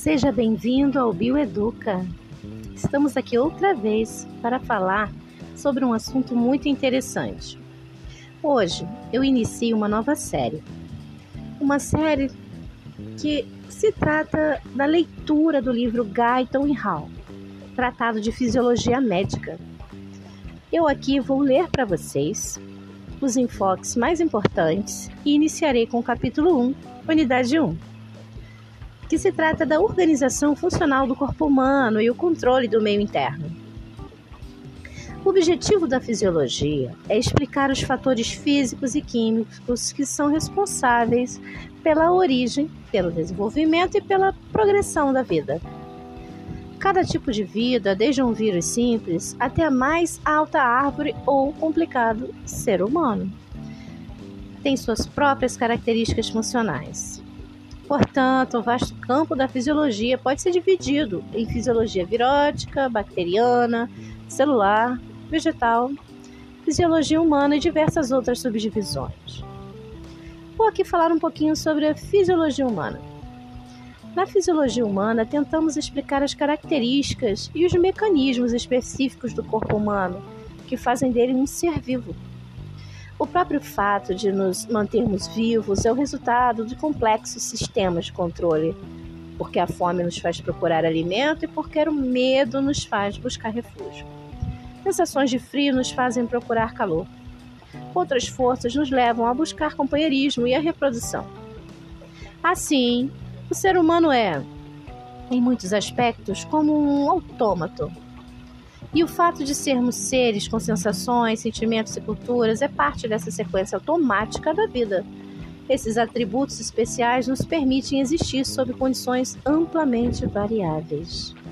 Seja bem-vindo ao Bioeduca. Estamos aqui outra vez para falar sobre um assunto muito interessante. Hoje eu inicio uma nova série. Uma série que se trata da leitura do livro Guyton e Hall, Tratado de Fisiologia Médica. Eu aqui vou ler para vocês os enfoques mais importantes e iniciarei com o capítulo 1, unidade 1. Que se trata da organização funcional do corpo humano e o controle do meio interno. O objetivo da fisiologia é explicar os fatores físicos e químicos que são responsáveis pela origem, pelo desenvolvimento e pela progressão da vida. Cada tipo de vida, desde um vírus simples até a mais alta árvore ou complicado ser humano, tem suas próprias características funcionais. Portanto, o vasto campo da fisiologia pode ser dividido em fisiologia virótica, bacteriana, celular, vegetal, fisiologia humana e diversas outras subdivisões. Vou aqui falar um pouquinho sobre a fisiologia humana. Na fisiologia humana, tentamos explicar as características e os mecanismos específicos do corpo humano que fazem dele um ser vivo. O próprio fato de nos mantermos vivos é o resultado de complexos sistemas de controle, porque a fome nos faz procurar alimento e porque o medo nos faz buscar refúgio. Sensações de frio nos fazem procurar calor. Outras forças nos levam a buscar companheirismo e a reprodução. Assim, o ser humano é, em muitos aspectos, como um autômato. E o fato de sermos seres com sensações, sentimentos e culturas é parte dessa sequência automática da vida. Esses atributos especiais nos permitem existir sob condições amplamente variáveis.